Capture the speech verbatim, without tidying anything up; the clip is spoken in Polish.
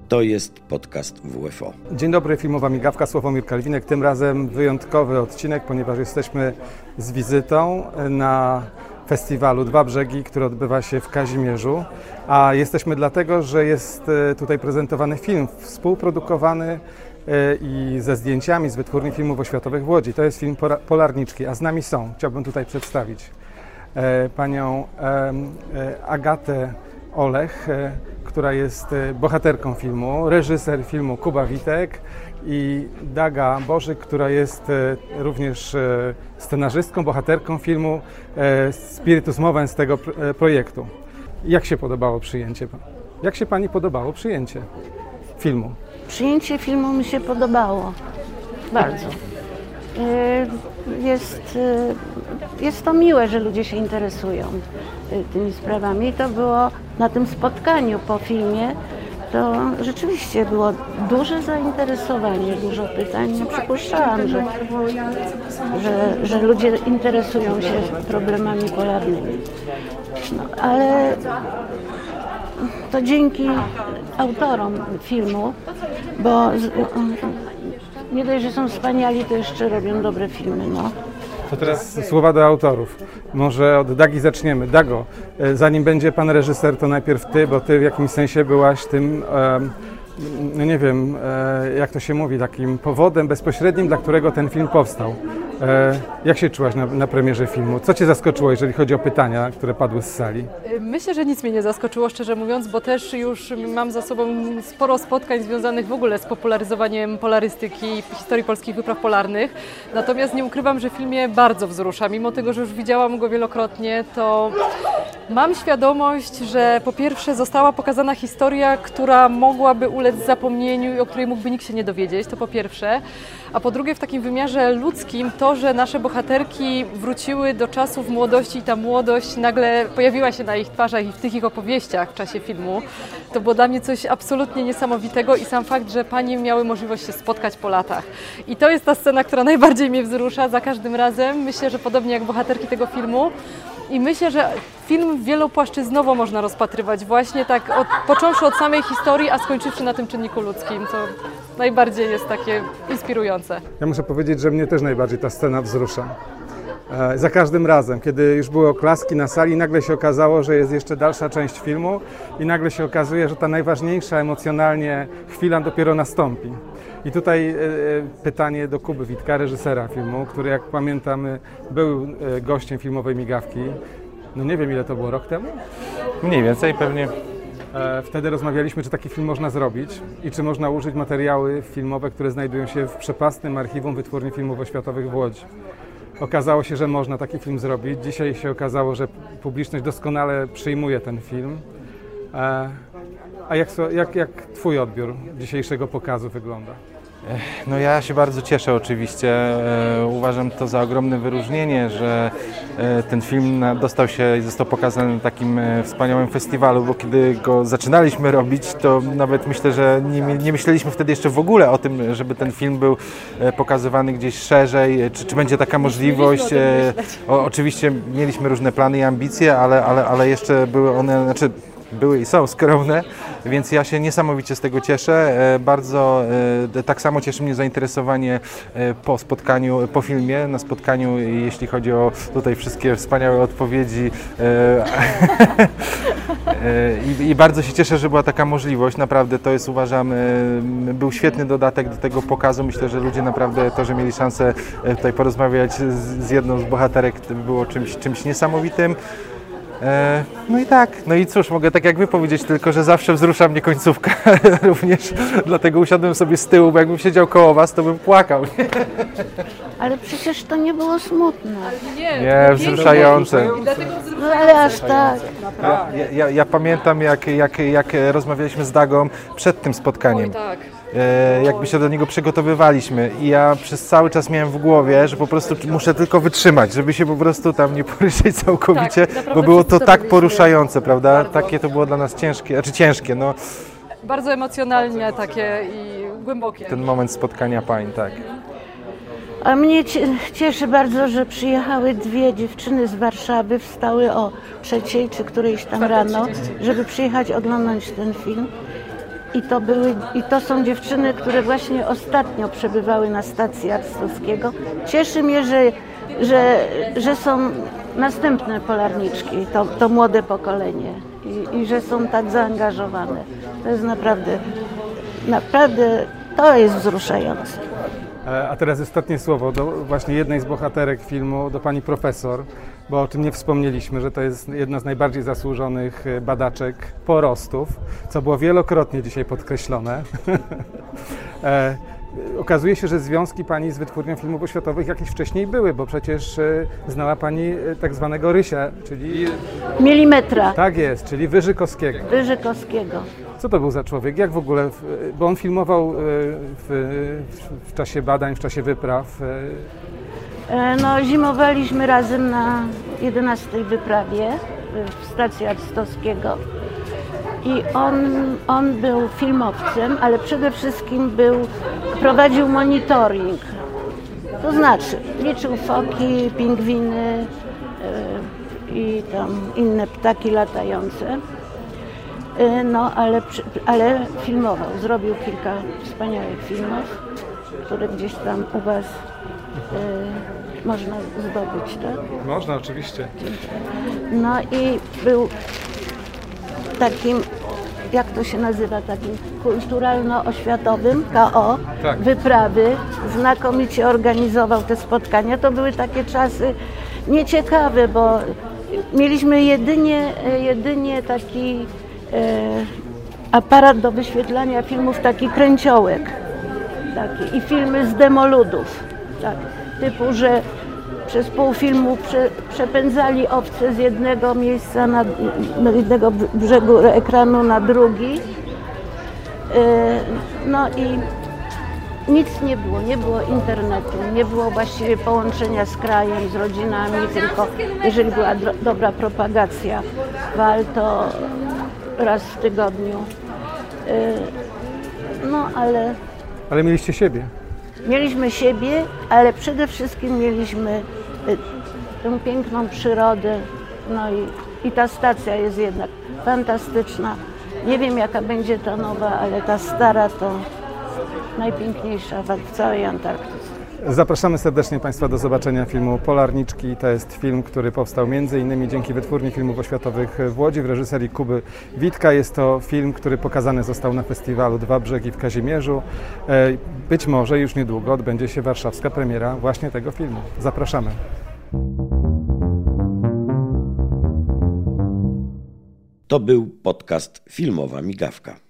To jest podcast W F O. Dzień dobry, filmowa migawka, Sławomir Kalwinek. Tym razem wyjątkowy odcinek, ponieważ jesteśmy z wizytą na festiwalu Dwa Brzegi, który odbywa się w Kazimierzu. A jesteśmy dlatego, że jest tutaj prezentowany film współprodukowany i ze zdjęciami z Wytwórni Filmów Oświatowych w Łodzi. To jest film Polarniczki, a z nami są, chciałbym tutaj przedstawić panią Agatę Olech, która jest bohaterką filmu, reżyser filmu Kuba Witek i Daga Bożyk, która jest również scenarzystką, bohaterką filmu Spiritus Movens tego projektu. Jak się podobało przyjęcie? Jak się pani podobało przyjęcie filmu? Przyjęcie filmu mi się podobało bardzo. Jest, jest to miłe, że ludzie się interesują tymi sprawami. To było na tym spotkaniu po filmie, to rzeczywiście było duże zainteresowanie, dużo pytań. Nie przypuszczałam, że, że, że ludzie interesują się problemami polarnymi. No, ale to dzięki autorom filmu, bo nie dość, że są wspaniali, to jeszcze robią dobre filmy. No. To teraz słowa do autorów. Może od Dagi zaczniemy. Dago, zanim będzie pan reżyser, to najpierw ty, bo ty w jakimś sensie byłaś tym, no nie wiem, jak to się mówi, takim powodem bezpośrednim, dla którego ten film powstał. Jak się czułaś na, na premierze filmu? Co cię zaskoczyło, jeżeli chodzi o pytania, które padły z sali? Myślę, że nic mnie nie zaskoczyło, szczerze mówiąc, bo też już mam za sobą sporo spotkań związanych w ogóle z popularyzowaniem polarystyki i historii polskich wypraw polarnych. Natomiast nie ukrywam, że film mnie bardzo wzrusza. Mimo tego, że już widziałam go wielokrotnie, to mam świadomość, że po pierwsze została pokazana historia, która mogłaby ulec zapomnieniu i o której mógłby nikt się nie dowiedzieć, to po pierwsze. A po drugie w takim wymiarze ludzkim to, że nasze bohaterki wróciły do czasów młodości i ta młodość nagle pojawiła się na ich twarzach i w tych ich opowieściach w czasie filmu, to było dla mnie coś absolutnie niesamowitego i sam fakt, że panie miały możliwość się spotkać po latach. I to jest ta scena, która najbardziej mnie wzrusza za każdym razem. Myślę, że podobnie jak bohaterki tego filmu. I myślę, że film wielopłaszczyznowo można rozpatrywać właśnie tak, od, począwszy od samej historii, a skończywszy na tym czynniku ludzkim, co najbardziej jest takie inspirujące. Ja muszę powiedzieć, że mnie też najbardziej ta scena wzrusza. E, za każdym razem, kiedy już były oklaski na sali, nagle się okazało, że jest jeszcze dalsza część filmu i nagle się okazuje, że ta najważniejsza emocjonalnie chwila dopiero nastąpi. I tutaj e, pytanie do Kuby Witka, reżysera filmu, który jak pamiętamy był e, gościem filmowej migawki. No nie wiem ile to było, rok temu? Mniej więcej pewnie. E, wtedy rozmawialiśmy, czy taki film można zrobić i czy można użyć materiały filmowe, które znajdują się w przepastnym archiwum Wytwórni Filmów Oświatowych w Łodzi. Okazało się, że można taki film zrobić. Dzisiaj się okazało, że publiczność doskonale przyjmuje ten film. E, a jak, jak, jak twój odbiór dzisiejszego pokazu wygląda? No ja się bardzo cieszę oczywiście. E, uważam to za ogromne wyróżnienie, że e, ten film dostał się i został pokazany na takim e, wspaniałym festiwalu, bo kiedy go zaczynaliśmy robić, to nawet myślę, że nie, nie myśleliśmy wtedy jeszcze w ogóle o tym, żeby ten film był e, pokazywany gdzieś szerzej, czy, czy będzie taka możliwość. E, o, oczywiście mieliśmy różne plany i ambicje, ale, ale, ale jeszcze były one, znaczy były i są skromne, więc ja się niesamowicie z tego cieszę. Bardzo tak samo cieszy mnie zainteresowanie po spotkaniu, po filmie, na spotkaniu, jeśli chodzi o tutaj wszystkie wspaniałe odpowiedzi. I, I bardzo się cieszę, że była taka możliwość. Naprawdę to jest, uważam, był świetny dodatek do tego pokazu. Myślę, że ludzie naprawdę to, że mieli szansę tutaj porozmawiać z, z jedną z bohaterek, było czymś, czymś niesamowitym. No i tak, no i cóż, mogę tak jak wy powiedzieć, tylko że zawsze wzrusza mnie końcówka również, dlatego usiadłem sobie z tyłu, bo jakbym siedział koło was, to bym płakał. Ale przecież to nie było smutne. Nie, nie wzruszające. No ale aż tak. Ja, ja, ja pamiętam, jak, jak, jak rozmawialiśmy z Dagą przed tym spotkaniem. Oj, tak. Jakby się do niego przygotowywaliśmy i ja przez cały czas miałem w głowie, że po prostu muszę tylko wytrzymać, żeby się po prostu tam nie poruszyć całkowicie, tak, bo było to tak poruszające, prawda? Bardzo. Takie to było dla nas ciężkie, znaczy ciężkie, no. Bardzo emocjonalnie takie i głębokie. Ten moment spotkania pań, tak. A mnie cieszy bardzo, że przyjechały dwie dziewczyny z Warszawy, wstały o trzeciej czy którejś tam rano, żeby przyjechać oglądać ten film. I to, były, I to są dziewczyny, które właśnie ostatnio przebywały na stacji Arctowskiego. Cieszy mnie, że, że, że są następne polarniczki, to, to młode pokolenie i, i że są tak zaangażowane. To jest naprawdę, naprawdę, to jest wzruszające. A teraz ostatnie słowo do właśnie jednej z bohaterek filmu, do pani profesor, bo o tym nie wspomnieliśmy, że to jest jedna z najbardziej zasłużonych badaczek porostów, co było wielokrotnie dzisiaj podkreślone. e, okazuje się, że związki pani z Wytwórnią Filmów Oświatowych jakieś wcześniej były, bo przecież e, znała pani tak zwanego Rysia, czyli... Milimetra. Tak jest, czyli Wyżykowskiego. Wyżykowskiego. Co to był za człowiek? Jak w ogóle, bo on filmował w, w czasie badań, w czasie wypraw. No, zimowaliśmy razem na jedenastej wyprawie w stacji Arctowskiego i on, on był filmowcem, ale przede wszystkim był, prowadził monitoring. To znaczy liczył foki, pingwiny i tam inne ptaki latające. No, ale, ale filmował, zrobił kilka wspaniałych filmów, które gdzieś tam u Was y, można zdobyć, tak? Można, oczywiście. No i był takim, jak to się nazywa, takim kulturalno-oświatowym, K O, tak. Wyprawy, znakomicie organizował te spotkania. To były takie czasy nieciekawe, bo mieliśmy jedynie, jedynie taki aparat do wyświetlania filmów, taki kręciołek taki, i filmy z demoludów, tak, typu, że przez pół filmu prze, przepędzali owce z jednego miejsca, na, na jednego brzegu ekranu na drugi. No i nic nie było, nie było internetu, nie było właściwie połączenia z krajem, z rodzinami, tylko jeżeli była do, dobra propagacja wal, to raz w tygodniu. No ale... Ale mieliście siebie. Mieliśmy siebie, ale przede wszystkim mieliśmy tę piękną przyrodę. No i, i ta stacja jest jednak fantastyczna. Nie wiem, jaka będzie ta nowa, ale ta stara to najpiękniejsza w całej Antarktyce. Zapraszamy serdecznie Państwa do zobaczenia filmu Polarniczki. To jest film, który powstał między innymi dzięki Wytwórni Filmów Oświatowych w Łodzi w reżyserii Kuby Witka. Jest to film, który pokazany został na festiwalu Dwa Brzegi w Kazimierzu. Być może już niedługo odbędzie się warszawska premiera właśnie tego filmu. Zapraszamy. To był podcast Filmowa Migawka.